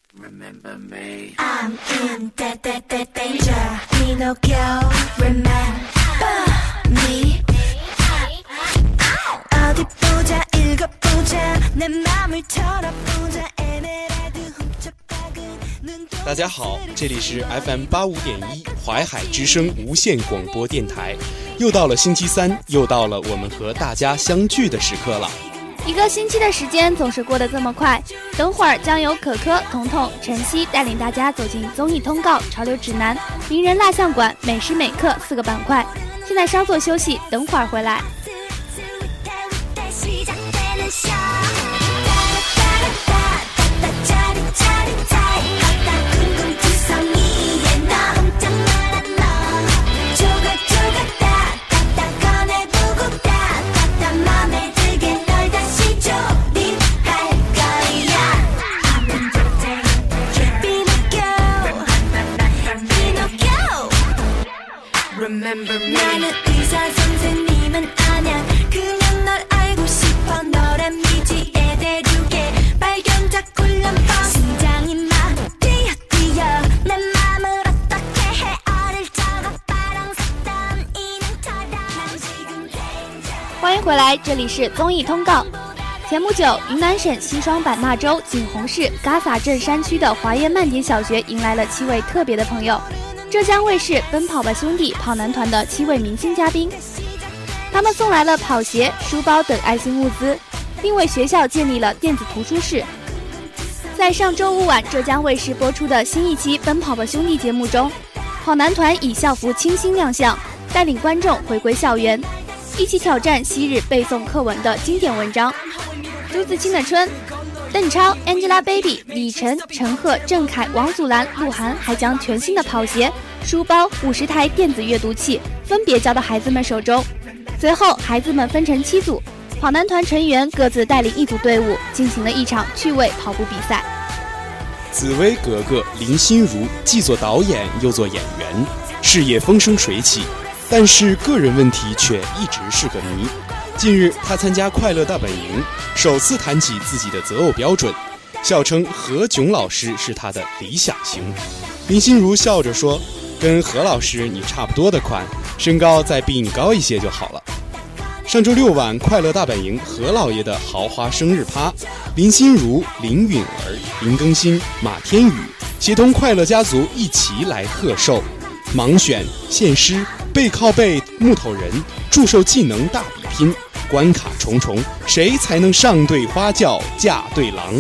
Remember me. I'm in danger. Pinocchio. Remember me. 어디 보자 읽어보자 내 맘을 털어보자 에메랄드 훔쳐박은 눈. 大家好，这里是 FM85.1淮海之声无线广播电台，又到了星期三，又到了我们和大家相聚的时刻了。 一个星期的时间总是过得这么快，等会儿将由可可、彤彤、晨曦带领大家走进综艺通告、潮流指南、名人蜡像馆、美时美刻4个板块。现在稍作休息，等会儿回来。 나는 의사 선생님은 아냐 그냥 널 알고 싶어 너란 미지의 대륙에 발견자 꿀렁뻥 심장이 막 뛰어 내 맘을 어떻게 해 어릴 적어 바람샀던 인형처럼 난 지금 danger。 欢迎回来，这里是综艺通告。前不久，云南省西双版纳州景洪市嘎洒镇山区的华业慢点小学迎来了7位特别的朋友。浙江卫视《奔跑吧兄弟》跑男团的7位明星嘉宾，他们送来了跑鞋、书包等爱心物资，并为学校建立了电子图书室。在上周五晚浙江卫视播出的新一期《奔跑吧兄弟》节目中，跑男团以校服清新亮相，带领观众回归校园，一起挑战昔日背诵课文的经典文章。朱自清的春、邓超、Angelababy、李晨、陈赫、郑恺、王祖蓝、鹿晗还将全新的跑鞋、书包、50台电子阅读器分别交到孩子们手中。随后，孩子们分成7组，跑男团成员各自带领一组队伍，进行了一场趣味跑步比赛。 紫薇格格林心如既做导演又做演员，事业风生水起，但是个人问题却一直是个谜。近日，他参加快乐大本营，首次谈起自己的择偶标准，笑称何炅老师是他的理想型。林心如笑着说，跟何老师你差不多的款，身高再比你高一些就好了。上周6晚，快乐大本营何老爷的豪华生日趴，林心如、林允儿、林更新、马天宇协同快乐家族一起来贺寿，盲选、献诗、背靠背、木头人、祝寿技能大比拼，关卡重重，谁才能上对花轿嫁对郎？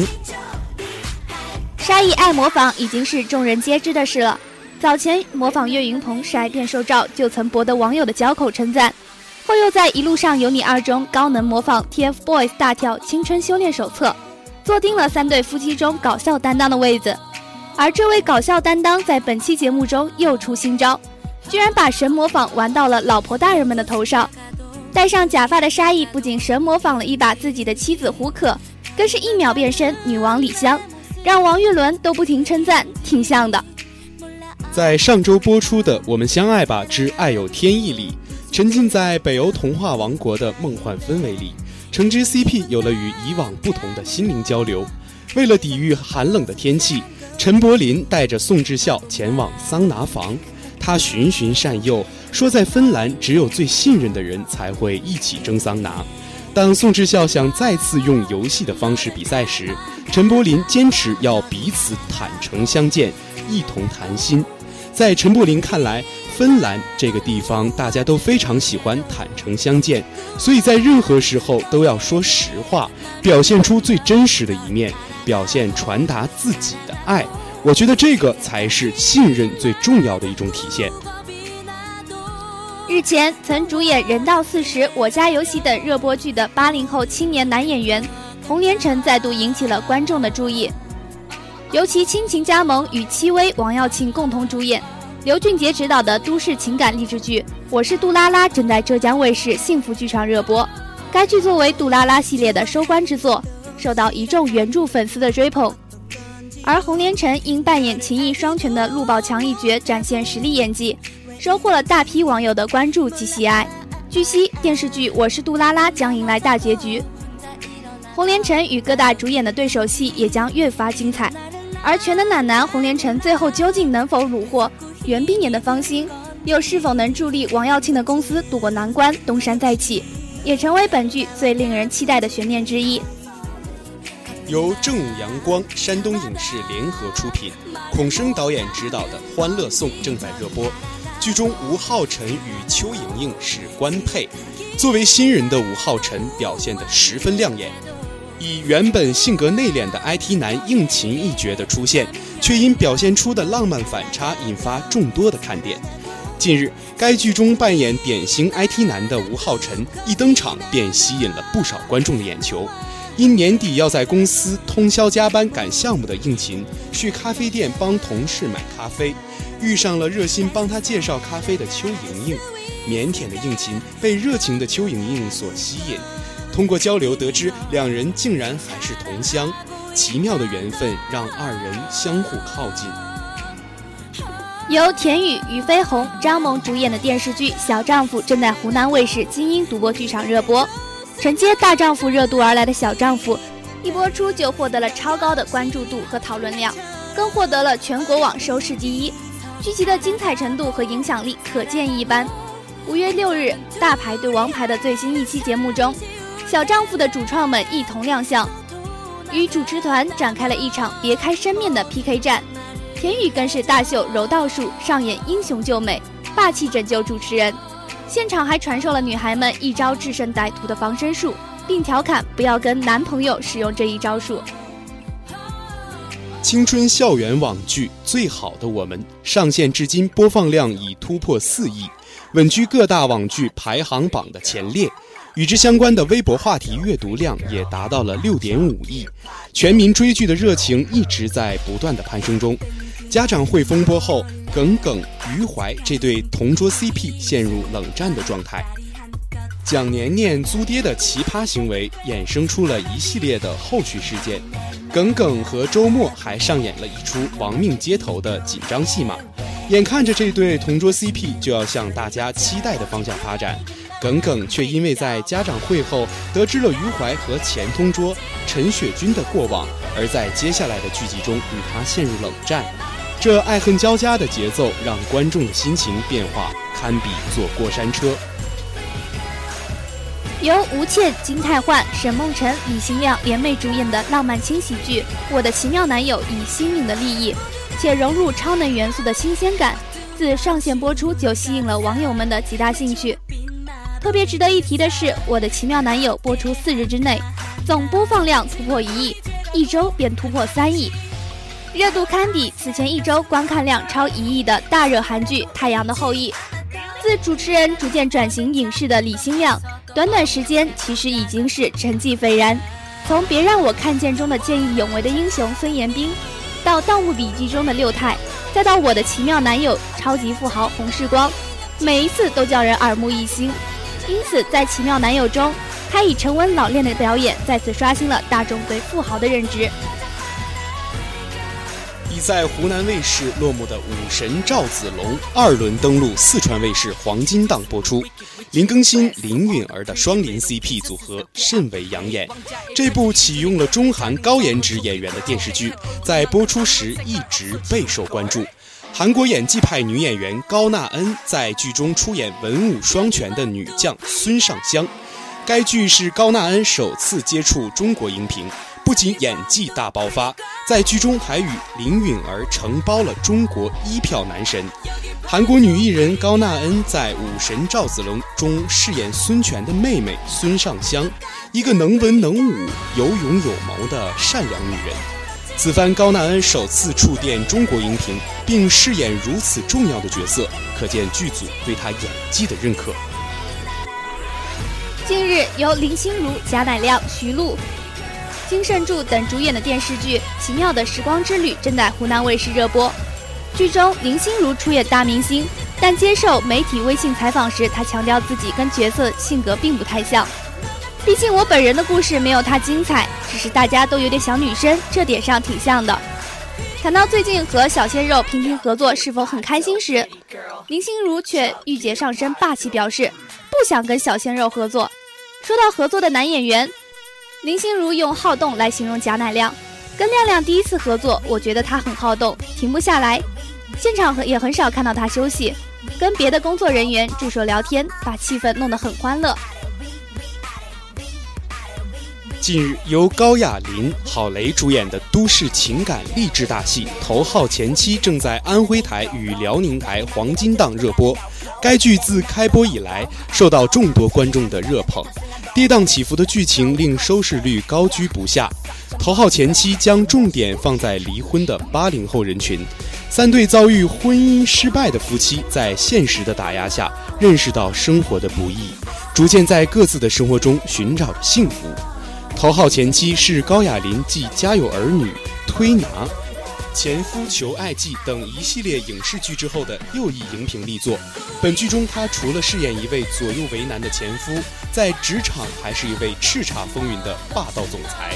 沙溢爱模仿已经是众人皆知的事了。早前模仿岳云鹏晒变瘦照就曾博得网友的交口称赞，后又在一路上有你2中高能模仿 TFBOYS 大跳青春修炼手册，坐定了3对夫妻中搞笑担当的位子。而这位搞笑担当在本期节目中又出新招，居然把神模仿玩到了老婆大人们的头上。戴上假发的沙溢不仅神模仿了一把自己的妻子胡可，更是1秒变身女王李湘，让王岳伦都不停称赞，挺像的。 在上周播出的《我们相爱吧之爱有天意》里，沉浸在北欧童话王国的梦幻氛围里，橙汁 CP 有了与以往不同的心灵交流。为了抵御寒冷的天气，陈柏霖带着宋智孝前往桑拿房，他循循善诱，说在芬兰只有最信任的人才会一起蒸桑拿。当宋智孝想再次用游戏的方式比赛时，陈柏霖坚持要彼此坦诚相见，一同谈心。在陈柏霖看来，芬兰这个地方大家都非常喜欢坦诚相见，所以在任何时候都要说实话，表现出最真实的一面，表现传达自己的爱。我觉得这个才是信任最重要的一种体现。 日前曾主演《人到40》《我家有喜》等热播剧的80后青年男演员洪连城再度引起了观众的注意，尤其亲情加盟与戚薇、王耀庆共同主演，刘俊杰执导的都市情感励志剧《我是杜拉拉》正在浙江卫视幸福剧场热播。该剧作为杜拉拉系列的收官之作，受到一众原著粉丝的追捧。而洪连城因扮演情义双全的陆宝强一角展现实力演技，收获了大批网友的关注及喜爱。据悉，电视剧《我是杜拉拉》将迎来大结局，洪连城与各大主演的对手戏也将越发精彩。 而全能奶男洪连城最后究竟能否虏获袁冰妍的芳心，又是否能助力王耀庆的公司渡过难关，东山再起，也成为本剧最令人期待的悬念之一。 由正午阳光、山东影视联合出品，孔笙导演执导的《欢乐颂》正在热播。剧中吴昊辰与邱莹莹是官配，作为新人的吴昊辰表现得十分亮眼。以原本性格内敛的 IT 男应勤一角的出现，却因表现出的浪漫反差引发众多的看点。近日，该剧中扮演典型 IT 男的吴昊辰一登场便吸引了不少观众的眼球。因年底要在公司通宵加班赶项目的应勤，去咖啡店帮同事买咖啡，遇上了热心帮他介绍咖啡的邱莹莹。腼腆的应勤被热情的邱莹莹所吸引，通过交流得知两人竟然还是同乡，奇妙的缘分让二人相互靠近。 由田雨、俞飞鸿、张萌主演的电视剧《小丈夫》正在湖南卫视金鹰独播剧场热播。承接大丈夫热度而来的小丈夫，一播出就获得了超高的关注度和讨论量，更获得了全国网收视第一。剧集的精彩程度和影响力可见一斑。5月6日，大牌对王牌的最新一期节目中，小丈夫的主创们一同亮相，与主持团展开了一场别开生面的 PK 战。田雨更是大秀柔道术，上演英雄救美，霸气拯救主持人。现场还传授了女孩们一招制胜歹徒的防身术，并调侃不要跟男朋友使用这一招数。 青春校园网剧《最好的我们》上线至今播放量已突破4亿，稳居各大网剧排行榜的前列。与之相关的微博话题阅读量也达到了6.5亿，全民追剧的热情一直在不断的攀升中。家长会风波后，耿耿、余淮这对同桌 CP 陷入冷战的状态。蒋年年租爹的奇葩行为衍生出了一系列的后续事件，耿耿和周末还上演了一出亡命街头的紧张戏码。眼看着这对同桌 CP 就要向大家期待的方向发展，耿耿却因为在家长会后得知了余淮和前同桌陈雪君的过往，而在接下来的剧集中与他陷入冷战。这爱恨交加的节奏让观众的心情变化堪比坐过山车。 由吴倩、金泰焕、沈梦辰、李行亮联袂主演的浪漫轻喜剧《我的奇妙男友》以新颖的立意且融入超能元素的新鲜感，自上线播出就吸引了网友们的极大兴趣。特别值得一提的是，《我的奇妙男友》播出4日之内，总播放量突破1亿，1周便突破3亿，热度堪比此前1周观看量超1亿的大热韩剧《太阳的后裔》。自主持人逐渐转型影视的李星亮，短短时间其实已经是成绩斐然。从《别让我看见》中的见义勇为的英雄孙延兵，到《盗墓笔记》中的六太，再到《我的奇妙男友》超级富豪洪世光，每一次都叫人耳目一新。因此在《奇妙男友》中，他以沉稳老练的表演再次刷新了大众对富豪的认知。 已在湖南卫视落幕的武神赵子龙2轮登陆四川卫视黄金档播出，林更新、林允儿的双林 CP 组合甚为养眼。这部启用了中韩高颜值演员的电视剧，在播出时一直备受关注。韩国演技派女演员高娜恩在剧中出演文武双全的女将孙尚香。该剧是高娜恩首次接触中国荧屏，不仅演技大爆发，在剧中还与林允儿承包了中国1票男神。韩国女艺人高娜恩在《武神赵子龙》中饰演孙权的妹妹孙尚香，一个能文能武、有勇有谋的善良女人。此番高娜恩首次触电中国荧屏，并饰演如此重要的角色，可见剧组对她演技的认可。 近日，由林心如、贾乃亮、徐璐、金圣柱等主演的电视剧《奇妙的时光之旅》正在湖南卫视热播。剧中，林心如出演大明星，但接受媒体微信采访时，她强调自己跟角色性格并不太像。毕竟我本人的故事没有她精彩，只是大家都有点小女生，这点上挺像的。谈到最近和小鲜肉频频合作是否很开心时，林心如却御姐上身，霸气表示不想跟小鲜肉合作。说到合作的男演员，林心如用好动来形容贾乃亮， 跟亮亮第一次合作，我觉得他很好动，停不下来，现场也很少看到他休息，跟别的工作人员助手聊天，把气氛弄得很欢乐。 近日，由高亚麟、郝蕾主演的都市情感励志大戏《头号前妻》正在安徽台与辽宁台黄金档热播。该剧自开播以来，受到众多观众的热捧，跌宕起伏的剧情令收视率高居不下。《头号前妻》将重点放在离婚的80后人群，三对遭遇婚姻失败的夫妻在现实的打压下，认识到生活的不易，逐渐在各自的生活中寻找着幸福。头号前妻是高亚麟继《家有儿女》、推拿、前夫求爱记等一系列影视剧之后的又一荧屏力作。本剧中，他除了饰演一位左右为难的前夫，在职场还是一位叱咤风云的霸道总裁。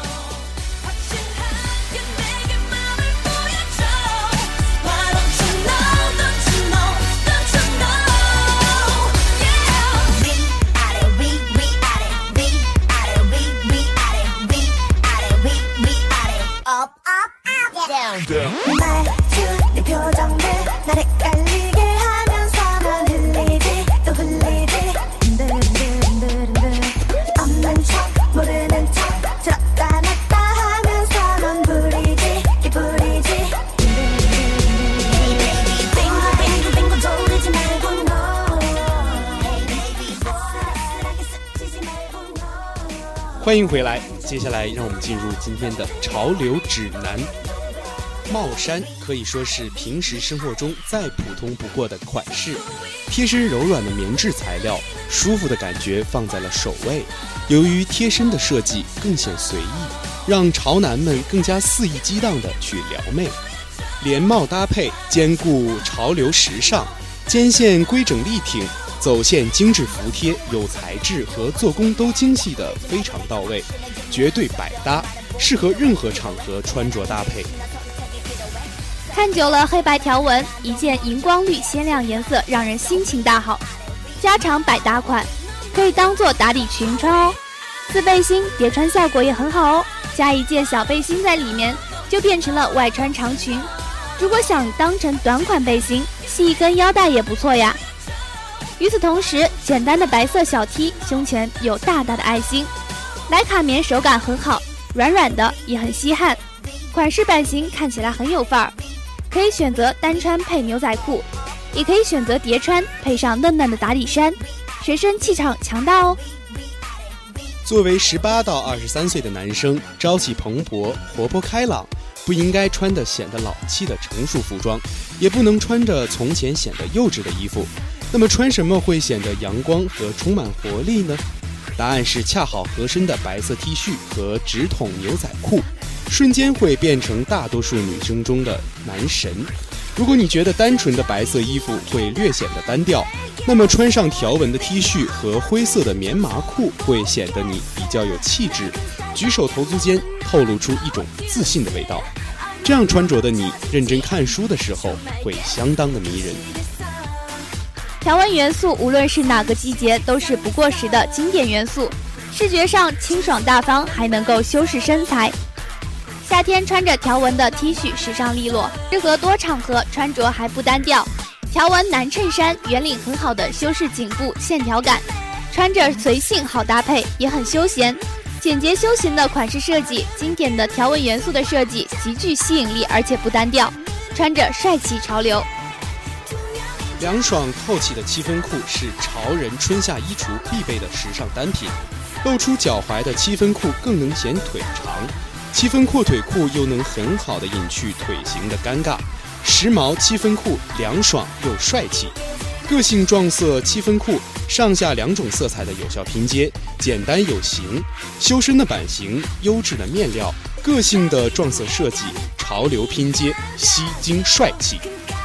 欢迎回来，接下来让我们进入今天的潮流指南。帽衫可以说是平时生活中再普通不过的款式，贴身柔软的棉质材料，舒服的感觉放在了首位。由于贴身的设计更显随意，让潮男们更加肆意激荡地去撩妹。连帽搭配兼顾潮流时尚，肩线规整立挺，走线精致服帖，有材质和做工都精细的非常到位，绝对百搭，适合任何场合穿着搭配。 看久了黑白条纹，一件荧光绿鲜亮颜色让人心情大好，家常百搭款，可以当做打底裙穿哦。自背心叠穿效果也很好哦，加一件小背心在里面，就变成了外穿长裙。如果想当成短款背心，系一根腰带也不错呀。与此同时，简单的白色小 T 胸前有大大的爱心，莱卡棉手感很好，软软的也很吸汗，款式版型看起来很有范儿。可以选择单穿配牛仔裤，也可以选择叠穿配上嫩嫩的打底衫，全身气场强大哦。 作为18到23岁的男生，朝气蓬勃、活泼开朗，不应该穿得显得老气的成熟服装，也不能穿着从前显得幼稚的衣服。那么穿什么会显得阳光和充满活力呢？答案是恰好合身的白色 T 恤和直筒牛仔裤，瞬间会变成大多数女生中的男神。如果你觉得单纯的白色衣服会略显得单调，那么穿上条纹的 T 恤和灰色的棉麻裤会显得你比较有气质，举手投足间透露出一种自信的味道。这样穿着的你，认真看书的时候会相当的迷人。 条纹元素无论是哪个季节都是不过时的经典元素，视觉上清爽大方，还能够修饰身材。夏天穿着条纹的 T 恤时尚利落，适合多场合穿着还不单调。条纹男衬衫圆领很好的修饰颈部线条感，穿着随性好搭配，也很休闲。简洁休闲的款式设计，经典的条纹元素的设计极具吸引力，而且不单调，穿着帅气潮流。 凉爽透气的七分裤是潮人春夏衣橱必备的时尚单品，露出脚踝的七分裤更能显腿长，七分阔腿裤又能很好的隐去腿型的尴尬。时髦七分裤凉爽又帅气，个性撞色七分裤上下两种色彩的有效拼接，简单有型，修身的版型，优质的面料，个性的撞色设计，潮流拼接，吸睛帅气。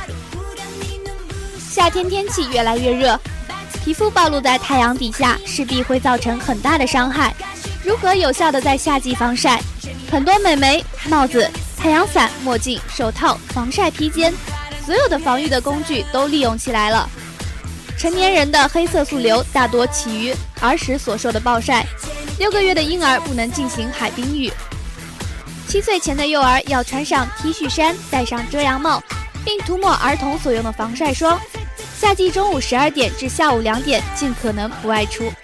夏天天气越来越热，皮肤暴露在太阳底下，势必会造成很大的伤害。如何有效的在夏季防晒？很多美眉、帽子、太阳伞、墨镜、手套、防晒披肩，所有的防御的工具都利用起来了。成年人的黑色素瘤大多起于儿时所受的暴晒，6个月的婴儿不能进行海冰浴。 7岁前的幼儿要穿上 T 恤衫，戴上遮阳帽，并涂抹儿童所用的防晒霜。夏季中午12点至下午2点尽可能不外出。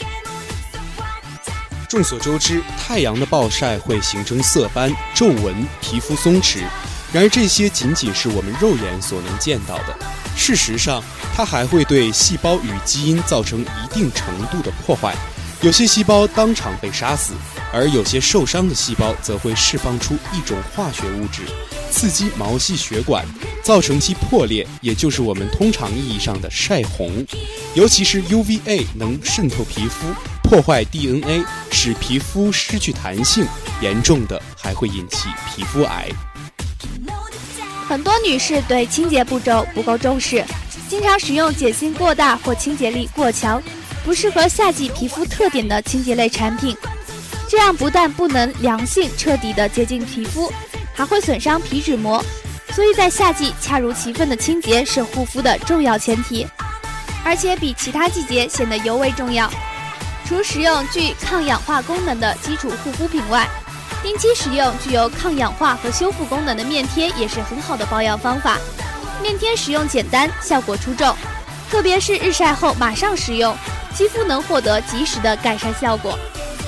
众所周知，太阳的暴晒会形成色斑、皱纹、皮肤松弛，然而这些仅仅是我们肉眼所能见到的。事实上，它还会对细胞与基因造成一定程度的破坏，有些细胞当场被杀死，而有些受伤的细胞则会释放出一种化学物质，刺激毛细血管，造成其破裂，也就是我们通常意义上的晒红。尤其是 UVA 能渗透皮肤，破坏 DNA， 使皮肤失去弹性，严重的还会引起皮肤癌。 很多女士对清洁步骤不够重视，经常使用碱性过大或清洁力过强，不适合夏季皮肤特点的清洁类产品。这样不但不能良性彻底的洁净皮肤，还会损伤皮脂膜。所以在夏季恰如其分的清洁是护肤的重要前提，而且比其他季节显得尤为重要。除使用具抗氧化功能的基础护肤品外，定期使用具有抗氧化和修复功能的面贴也是很好的保养方法。面贴使用简单，效果出众，特别是日晒后马上使用，肌肤能获得及时的改善效果。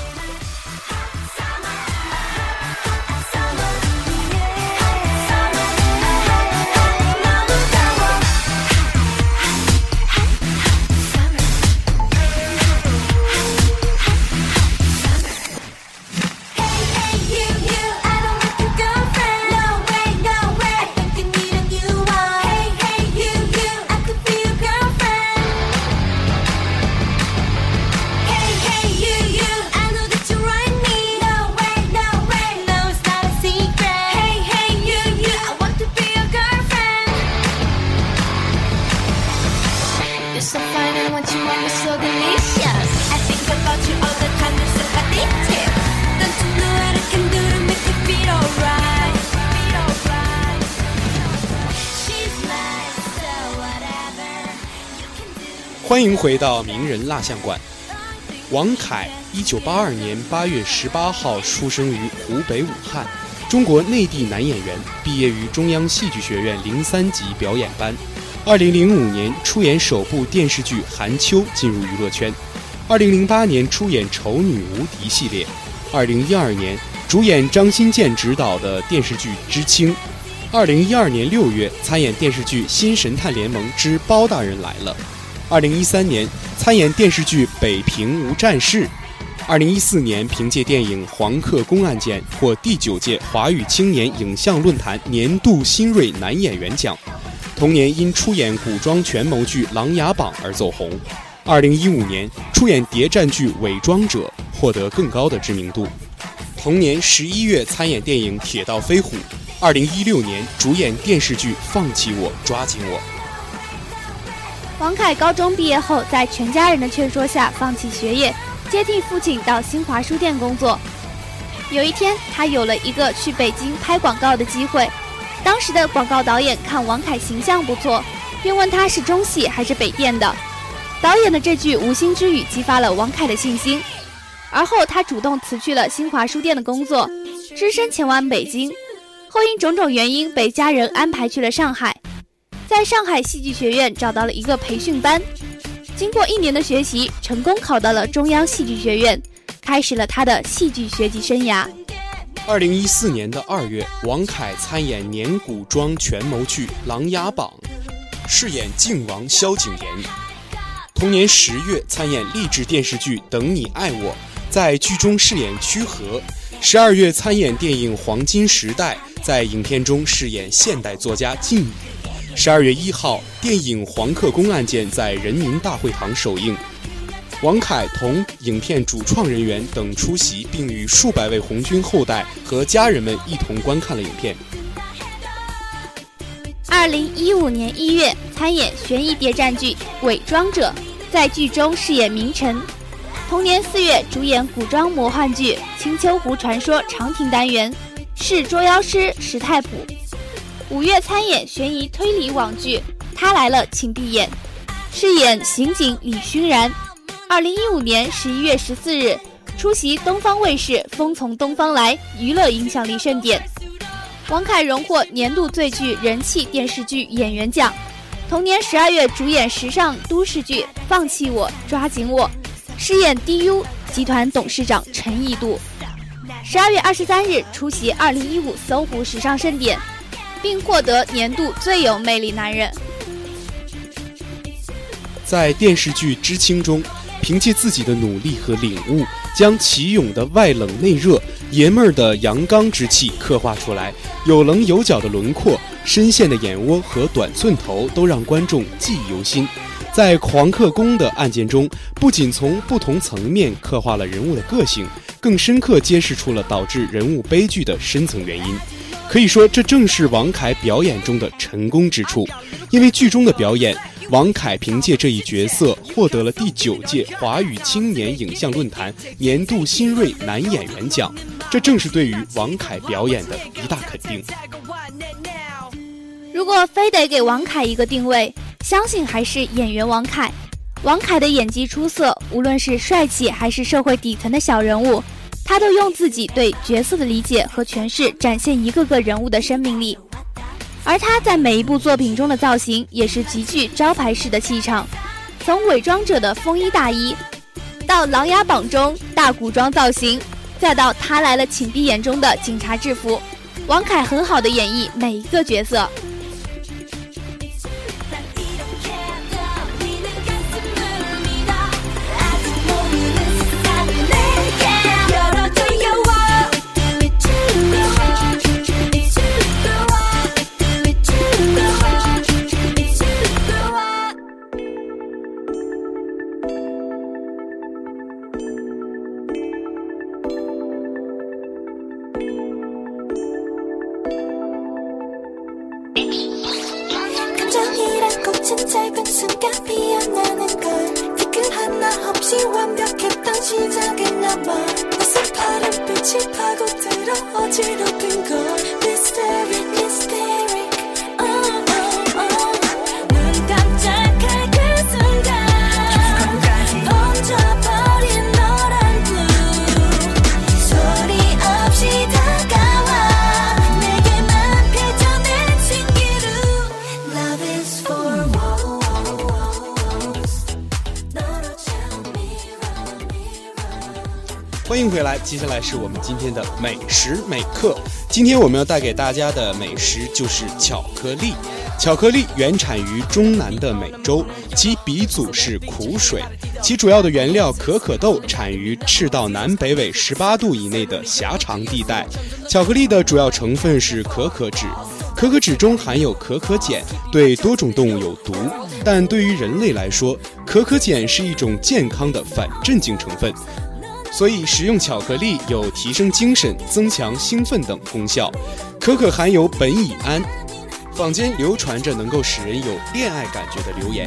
欢迎回到名人蜡像馆。王凯1982年8月18号出生于湖北武汉，中国内地男演员，毕业于中央戏剧学院03级表演班。2005年出演首部电视剧《寒秋》进入娱乐圈。2008年出演《丑女无敌》系列。2012年主演张新建执导的电视剧《知青》。2012年6月参演电视剧《新神探联盟之包大人来了》。2013年参演电视剧《北平无战事》。2014年凭借电影《黄克公案件》获第9届华语青年影像论坛年度新锐男演员奖。同年因出演古装权谋剧《琅琊榜》而走红。2015年出演谍战剧《伪装者》，获得更高的知名度。同年11月参演电影《铁道飞虎》。2016年主演电视剧《放弃我，抓紧我》。 王凯高中毕业后，在全家人的劝说下放弃学业，接替父亲到新华书店工作。有一天，他有了一个去北京拍广告的机会。当时的广告导演看王凯形象不错，便问他是中戏还是北电的。导演的这句无心之语激发了王凯的信心，而后他主动辞去了新华书店的工作，只身前往北京。后因种种原因被家人安排去了上海，在上海戏剧学院找到了一个培训班，经过1年的学习，成功考到了中央戏剧学院，开始了他的戏剧学习生涯。 2014年的2月，王凯参演年古装权谋剧《琅琊榜》，饰演靖王萧景琰。同年10月参演励志电视剧《等你爱我》，在剧中饰演曲和。12月参演电影《黄金时代》，在影片中饰演现代作家靳宇。12月1号，电影《黄克公案件》在人民大会堂首映。王凯同影片主创人员等出席，并与数百位红军后代和家人们一同观看了影片。 2015年1月参演悬疑谍战剧《伪装者》，在剧中饰演明晨。同年4月主演古装魔幻剧《青丘狐传说》长亭单元，是捉妖师石太普。5月参演悬疑推理网剧《他来了请闭眼》，饰演刑警李勋然。2015年11月14日出席东方卫视《风从东方来》娱乐影响力盛典。王凯荣获年度最具人气电视剧演员奖。同年12月主演时尚都市剧《放弃我抓紧我》，饰演 DU 集团董事长陈义度。12月23日出席2015搜狐时尚盛典，并获得年度最有魅力男人。 在电视剧《知青》中，凭借自己的努力和领悟，将齐勇的外冷内热、爷们儿的阳刚之气刻画出来，有棱有角的轮廓、深陷的眼窝和短寸头都让观众记忆犹新。在黄克功的案件中，不仅从不同层面刻画了人物的个性，更深刻揭示出了导致人物悲剧的深层原因。可以说，这正是王凯表演中的成功之处。因为剧中的表演，王凯凭借这一角色获得了第9届华语青年影像论坛年度新锐男演员奖，这正是对于王凯表演的一大肯定。 如果非得给王凯一个定位，相信还是演员王凯。王凯的演技出色，无论是帅气还是社会底层的小人物，他都用自己对角色的理解和诠释展现一个个人物的生命力。而他在每一部作品中的造型也是极具招牌式的气场，从伪装者的风衣大衣，到琅琊榜中大古装造型，再到他来了请闭眼中的警察制服，王凯很好的演绎每一个角色。 짧은 순간 피어나는 걸 티끌 하나 없이 완벽했던 시작이나봐 낯선 파란빛이 파고들어 어지럽힌 걸 Hysteric, hysteric oh, oh, oh. 눈 깜짝할 그 순간 번져버린 노란 blue 소리 없이 다가와 내게만 펼쳐낸 신기루 Love is for one 欢迎回来，接下来是我们今天的美食美课。今天我们要带给大家的美食就是巧克力。巧克力原产于中南的美洲，其鼻祖是苦水，其主要的原料可可豆产于赤道南北纬18度以内的狭长地带。巧克力的主要成分是可可脂，可可脂中含有可可碱，对多种动物有毒，但对于人类来说，可可碱是一种健康的反镇静成分。所以食用巧克力有提升精神、增强兴奋等功效。可可含有苯乙胺，坊间流传着能够使人有恋爱感觉的流言。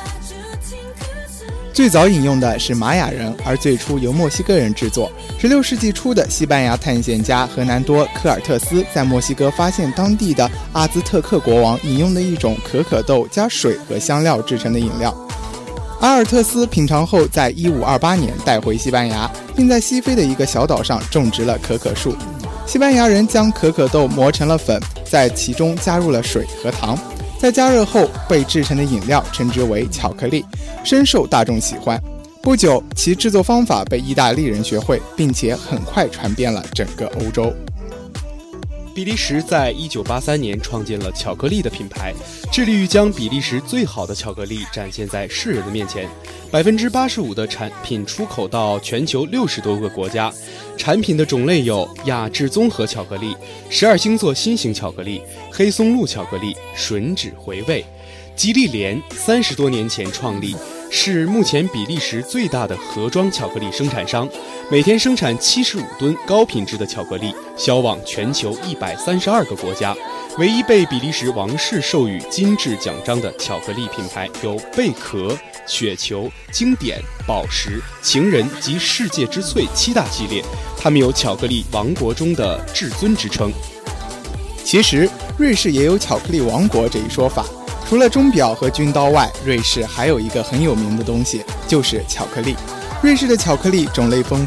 最早引用的是玛雅人，而最初由墨西哥人制作。16世纪初的西班牙探险家荷南多·科尔特斯在墨西哥发现当地的阿兹特克国王饮用的一种可可豆加水和香料制成的饮料。阿尔特斯品尝后，在1528年带回西班牙，并在西非的一个小岛上种植了可可树。西班牙人将可可豆磨成了粉，在其中加入了水和糖，在加热后被制成的饮料称之为巧克力，深受大众喜欢。不久，其制作方法被意大利人学会，并且很快传遍了整个欧洲。 比利时在1983年创建了巧克力的品牌，致力于将比利时最好的巧克力展现在世人的面前。85%的产品出口到全球60多个国家。产品的种类有雅致综合巧克力、12星座新型巧克力、黑松露巧克力、吮指回味。吉利莲30多年前创立，是目前比利时最大的盒装巧克力生产商，每天生产75吨高品质的巧克力，销往全球132个国家。唯一被比利时王室授予金质奖章的巧克力品牌有贝壳、雪球、经典、宝石、情人及世界之最7大系列，他们有巧克力王国中的至尊之称。 其实，瑞士也有巧克力王国这一说法。除了钟表和军刀外，瑞士还有一个很有名的东西，就是巧克力。瑞士的巧克力种类丰富，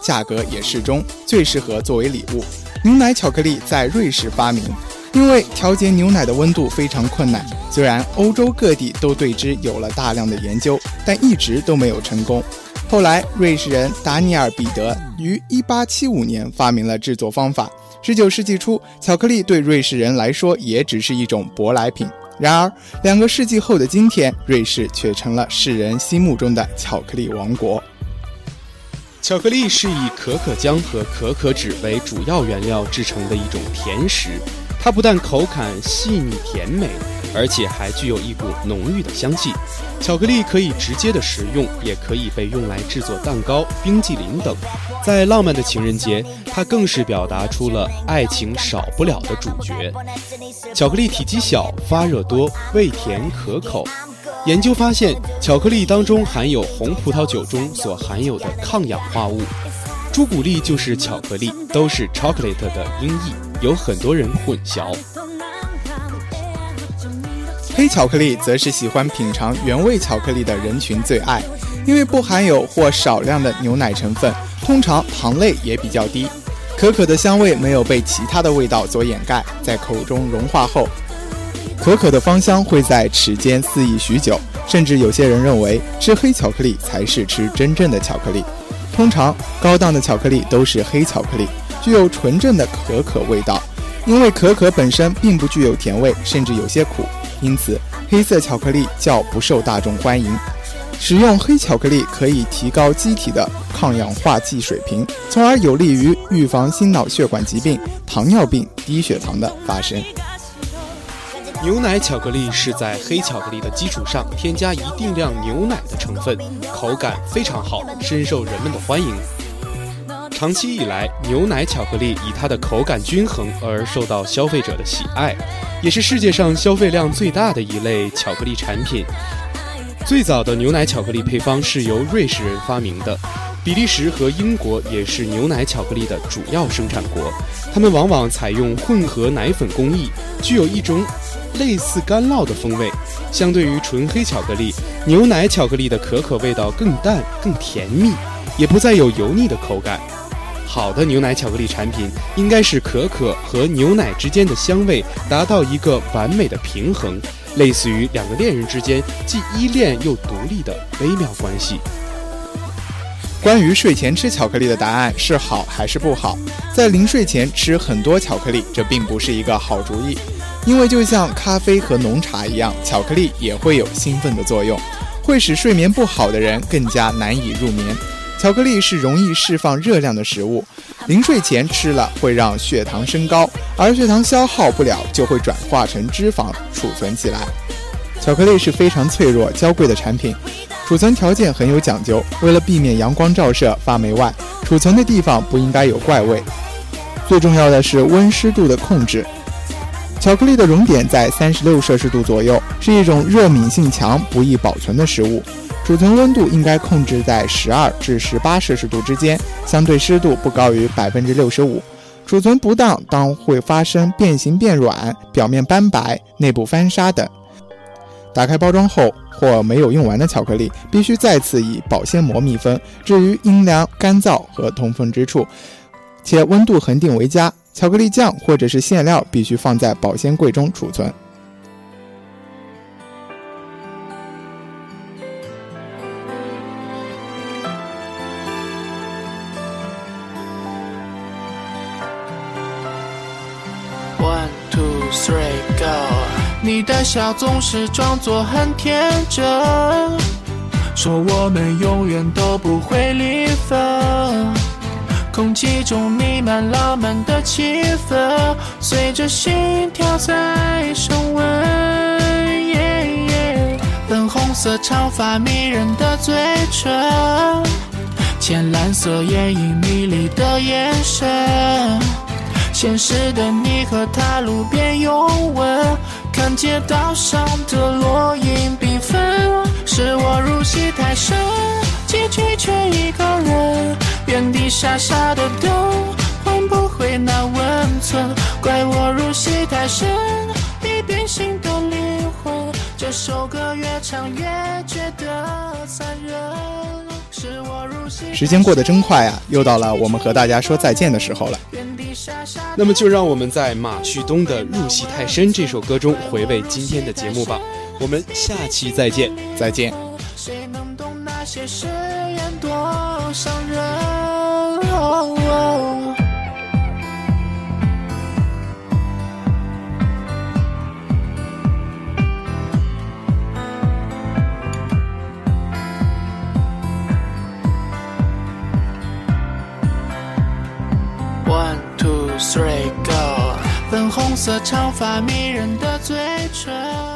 价格也适中，最适合作为礼物。牛奶巧克力在瑞士发明，因为调节牛奶的温度非常困难，虽然欧洲各地都对之有了大量的研究，但一直都没有成功。后来瑞士人达尼尔·彼得于1875年发明了制作方法。19世纪初，巧克力对瑞士人来说也只是一种舶来品。然而2个世纪后的今天，瑞士却成了世人心目中的巧克力王国。 巧克力是以可可浆和可可脂为主要原料制成的一种甜食，它不但口感细腻甜美，而且还具有一股浓郁的香气。巧克力可以直接的食用，也可以被用来制作蛋糕、冰激凌等。在浪漫的情人节，它更是表达出了爱情少不了的主角。巧克力体积小，发热多，味甜可口。研究发现，巧克力当中含有红葡萄酒中所含有的抗氧化物。朱古力就是巧克力，都是 chocolate 的音译，有很多人混淆。 黑巧克力则是喜欢品尝原味巧克力的人群最爱，因为不含有或少量的牛奶成分，通常糖类也比较低。可可的香味没有被其他的味道所掩盖，在口中融化后，可可的芳香会在齿间肆意许久，甚至有些人认为吃黑巧克力才是吃真正的巧克力。通常高档的巧克力都是黑巧克力，具有纯正的可可味道，因为可可本身并不具有甜味，甚至有些苦，因此黑色巧克力较不受大众欢迎。使用黑巧克力可以提高机体的抗氧化剂水平，从而有利于预防心脑血管疾病、糖尿病、低血糖的发生。 牛奶巧克力是在黑巧克力的基础上添加一定量牛奶的成分，口感非常好，深受人们的欢迎。长期以来，牛奶巧克力以它的口感均衡而受到消费者的喜爱，也是世界上消费量最大的一类巧克力产品。最早的牛奶巧克力配方是由瑞士人发明的，比利时和英国也是牛奶巧克力的主要生产国，他们往往采用混合奶粉工艺，具有一种类似干酪的风味。相对于纯黑巧克力，牛奶巧克力的可可味道更淡更甜蜜，也不再有油腻的口感。好的牛奶巧克力产品应该是可可和牛奶之间的香味达到一个完美的平衡，类似于2个恋人之间既依恋又独立的微妙关系。 关于睡前吃巧克力的答案是好还是不好？在临睡前吃很多巧克力，这并不是一个好主意，因为就像咖啡和浓茶一样，巧克力也会有兴奋的作用，会使睡眠不好的人更加难以入眠。巧克力是容易释放热量的食物，临睡前吃了会让血糖升高，而血糖消耗不了就会转化成脂肪储存起来。巧克力是非常脆弱娇贵的产品，储存条件很有讲究，为了避免阳光照射发霉外，储存的地方不应该有怪味。最重要的是温湿度的控制，巧克力的熔点在36摄氏度左右，是一种热敏性强、不易保存的食物。储存温度应该控制在12至18摄氏度之间，相对湿度不高于 65%。储存不当当会发生变形变软、表面斑白、内部翻沙等。打开包装后或没有用完的巧克力，必须再次以保鲜膜密封，置于阴凉、干燥和通风之处，且温度恒定为佳。巧克力酱或者是馅料必须放在保鲜柜中储存。 1, 2, 3, go。 你的笑总是装作很天真，说我们永远都不会离分，空气中弥漫浪漫的气氛，随着心跳在升温。粉红色长发迷人的嘴唇，浅蓝色眼影迷离的眼神，现实的你和他路边拥吻，看街道上的落英缤纷，是我入戏太深，结局却一个人原地傻傻的等，换不回那温存，怪我入戏太深，已变心的灵魂，这首歌越唱越觉得残忍，是我时间过得真快啊，又到了我们和大家说再见的时候了。 那么就让我们在马旭东的《入戏太深》这首歌中回味今天的节目吧。我们下期再见， 再见。 谁能懂那些誓言多伤人？One, two, three, go！ 粉红色长发迷人的嘴唇。